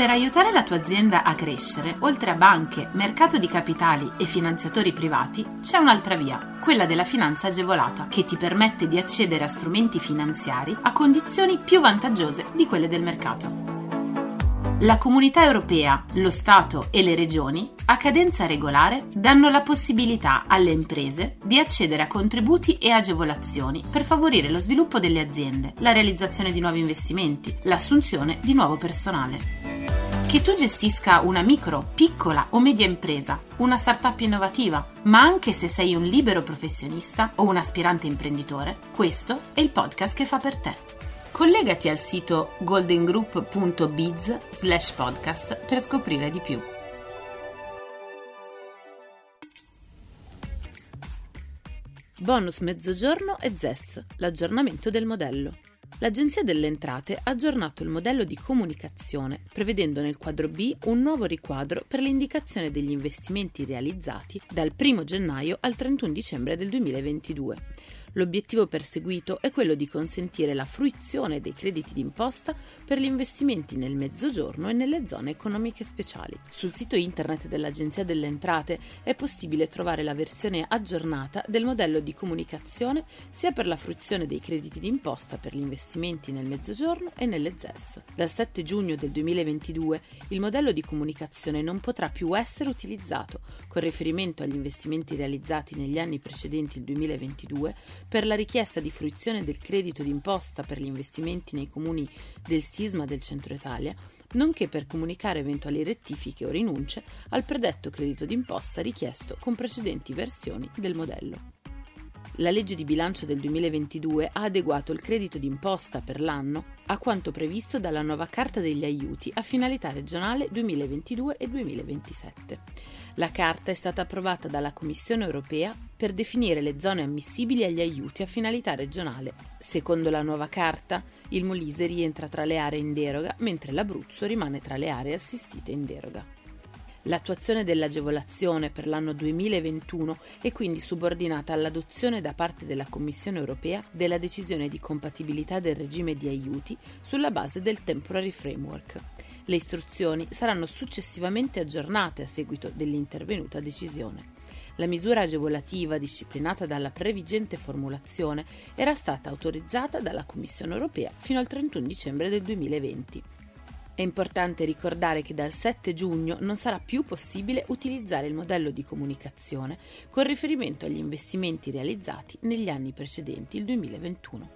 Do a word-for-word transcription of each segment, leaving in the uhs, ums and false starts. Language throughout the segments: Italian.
Per aiutare la tua azienda a crescere, oltre a banche, mercato di capitali e finanziatori privati, c'è un'altra via, quella della finanza agevolata, che ti permette di accedere a strumenti finanziari a condizioni più vantaggiose di quelle del mercato. La Comunità Europea, lo Stato e le Regioni, a cadenza regolare, danno la possibilità alle imprese di accedere a contributi e agevolazioni per favorire lo sviluppo delle aziende, la realizzazione di nuovi investimenti, l'assunzione di nuovo personale. Che tu gestisca una micro, piccola o media impresa, una startup innovativa, ma anche se sei un libero professionista o un aspirante imprenditore, questo è il podcast che fa per te. Collegati al sito goldengroup punto biz slash podcast per scoprire di più. Bonus Mezzogiorno e Z E S, l'aggiornamento del modello. L'Agenzia delle Entrate ha aggiornato il modello di comunicazione, prevedendo nel quadro B un nuovo riquadro per l'indicazione degli investimenti realizzati dal primo gennaio al trentuno dicembre del duemilaventidue. L'obiettivo perseguito è quello di consentire la fruizione dei crediti d'imposta per gli investimenti nel Mezzogiorno e nelle zone economiche speciali. Sul sito internet dell'Agenzia delle Entrate è possibile trovare la versione aggiornata del modello di comunicazione sia per la fruizione dei crediti d'imposta per gli investimenti nel Mezzogiorno e nelle Z E S. Dal sette giugno del duemilaventidue il modello di comunicazione non potrà più essere utilizzato con riferimento agli investimenti realizzati negli anni precedenti il duemilaventidue per la richiesta di fruizione del credito d'imposta per gli investimenti nei comuni del sisma del centro Italia, nonché per comunicare eventuali rettifiche o rinunce al predetto credito d'imposta richiesto con precedenti versioni del modello. La legge di bilancio del duemilaventidue ha adeguato il credito d'imposta per l'anno a quanto previsto dalla nuova Carta degli aiuti a finalità regionale duemilaventidue e duemilaventisette. La carta è stata approvata dalla Commissione europea per definire le zone ammissibili agli aiuti a finalità regionale. Secondo la nuova carta, il Molise rientra tra le aree in deroga, mentre l'Abruzzo rimane tra le aree assistite in deroga. L'attuazione dell'agevolazione per l'anno duemilaventuno è quindi subordinata all'adozione da parte della Commissione europea della decisione di compatibilità del regime di aiuti sulla base del Temporary Framework. Le istruzioni saranno successivamente aggiornate a seguito dell'intervenuta decisione. La misura agevolativa disciplinata dalla previgente formulazione era stata autorizzata dalla Commissione europea fino al trentuno dicembre del duemilaventi. È importante ricordare che dal sette giugno non sarà più possibile utilizzare il modello di comunicazione con riferimento agli investimenti realizzati negli anni precedenti il duemilaventuno.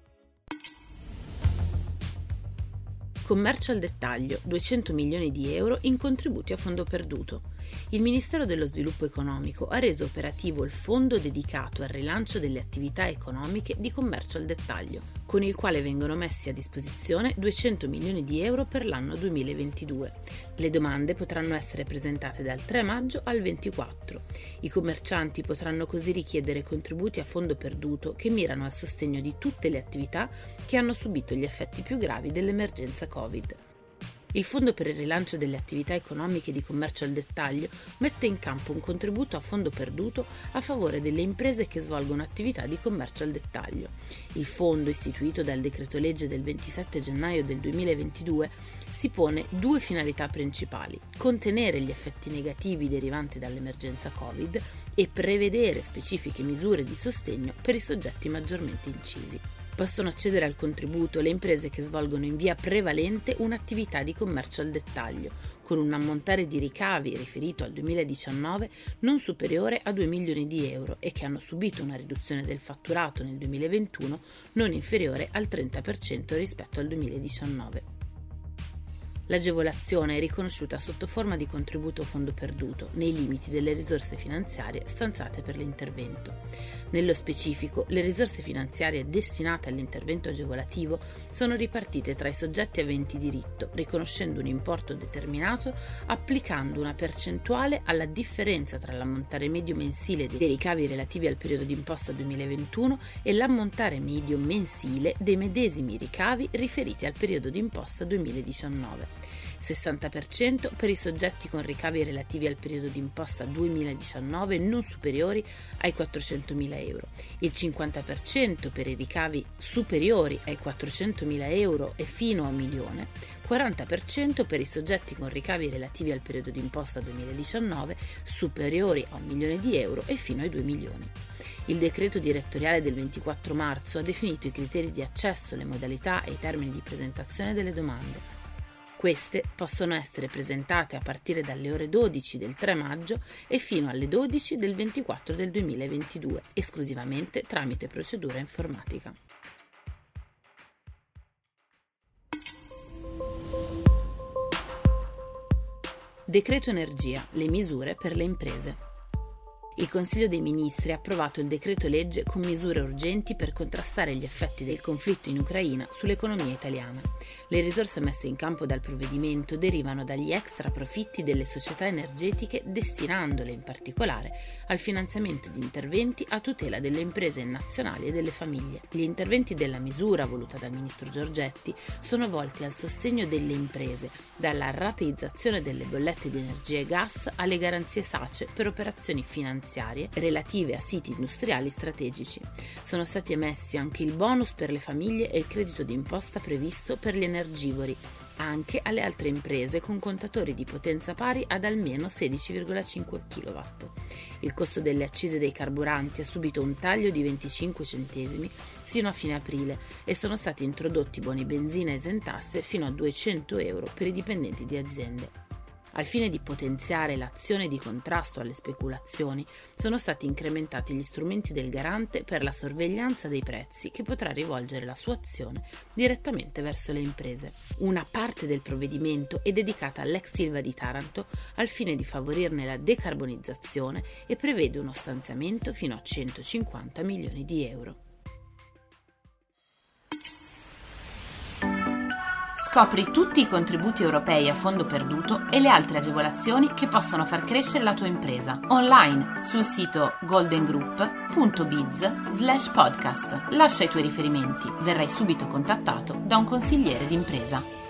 Commercio al dettaglio, duecento milioni di euro in contributi a fondo perduto. Il Ministero dello Sviluppo Economico ha reso operativo il fondo dedicato al rilancio delle attività economiche di commercio al dettaglio, con il quale vengono messi a disposizione duecento milioni di euro per l'anno duemilaventidue. Le domande potranno essere presentate dal tre maggio al ventiquattro. I commercianti potranno così richiedere contributi a fondo perduto che mirano al sostegno di tutte le attività che hanno subito gli effetti più gravi dell'emergenza Covid. Il Fondo per il rilancio delle attività economiche di commercio al dettaglio mette in campo un contributo a fondo perduto a favore delle imprese che svolgono attività di commercio al dettaglio. Il fondo, istituito dal decreto legge del ventisette gennaio del duemilaventidue, si pone due finalità principali: contenere gli effetti negativi derivanti dall'emergenza Covid e prevedere specifiche misure di sostegno per i soggetti maggiormente incisi. Possono accedere al contributo le imprese che svolgono in via prevalente un'attività di commercio al dettaglio, con un ammontare di ricavi riferito al duemiladiciannove non superiore a due milioni di euro e che hanno subito una riduzione del fatturato nel duemilaventuno non inferiore al trenta per cento rispetto al duemiladiciannove. L'agevolazione è riconosciuta sotto forma di contributo a fondo perduto, nei limiti delle risorse finanziarie stanziate per l'intervento. Nello specifico, le risorse finanziarie destinate all'intervento agevolativo sono ripartite tra i soggetti aventi diritto, riconoscendo un importo determinato, applicando una percentuale alla differenza tra l'ammontare medio mensile dei ricavi relativi al periodo d'imposta duemilaventuno e l'ammontare medio mensile dei medesimi ricavi riferiti al periodo d'imposta duemiladiciannove. sessanta per cento per i soggetti con ricavi relativi al periodo d'imposta duemiladiciannove non superiori ai quattrocentomila euro, il cinquanta per cento per i ricavi superiori ai quattrocentomila euro e fino a un milione, quaranta per cento per i soggetti con ricavi relativi al periodo d'imposta duemiladiciannove superiori a un milione di euro e fino ai due milioni. Il decreto direttoriale del ventiquattro marzo ha definito i criteri di accesso, le modalità e i termini di presentazione delle domande. Queste possono essere presentate a partire dalle ore dodici del tre maggio e fino alle dodici del ventiquattro del duemilaventidue, esclusivamente tramite procedura informatica. Decreto Energia, le misure per le imprese. Il Consiglio dei Ministri ha approvato il decreto legge con misure urgenti per contrastare gli effetti del conflitto in Ucraina sull'economia italiana. Le risorse messe in campo dal provvedimento derivano dagli extra profitti delle società energetiche, destinandole in particolare al finanziamento di interventi a tutela delle imprese nazionali e delle famiglie. Gli interventi della misura voluta dal Ministro Giorgetti sono volti al sostegno delle imprese, dalla rateizzazione delle bollette di energia e gas alle garanzie SACE per operazioni finanziarie relative a siti industriali strategici. Sono stati emessi anche il bonus per le famiglie e il credito d'imposta previsto per gli energivori, anche alle altre imprese con contatori di potenza pari ad almeno sedici virgola cinque chilowatt. Il costo delle accise dei carburanti ha subito un taglio di venticinque centesimi sino a fine aprile e sono stati introdotti buoni benzina esentasse fino a duecento euro per i dipendenti di aziende. Al fine di potenziare l'azione di contrasto alle speculazioni, sono stati incrementati gli strumenti del garante per la sorveglianza dei prezzi che potrà rivolgere la sua azione direttamente verso le imprese. Una parte del provvedimento è dedicata all'ex Ilva di Taranto al fine di favorirne la decarbonizzazione e prevede uno stanziamento fino a centocinquanta milioni di euro. Scopri tutti i contributi europei a fondo perduto e le altre agevolazioni che possono far crescere la tua impresa online sul sito goldengroup punto biz slash podcast. Lascia i tuoi riferimenti, verrai subito contattato da un consigliere d'impresa.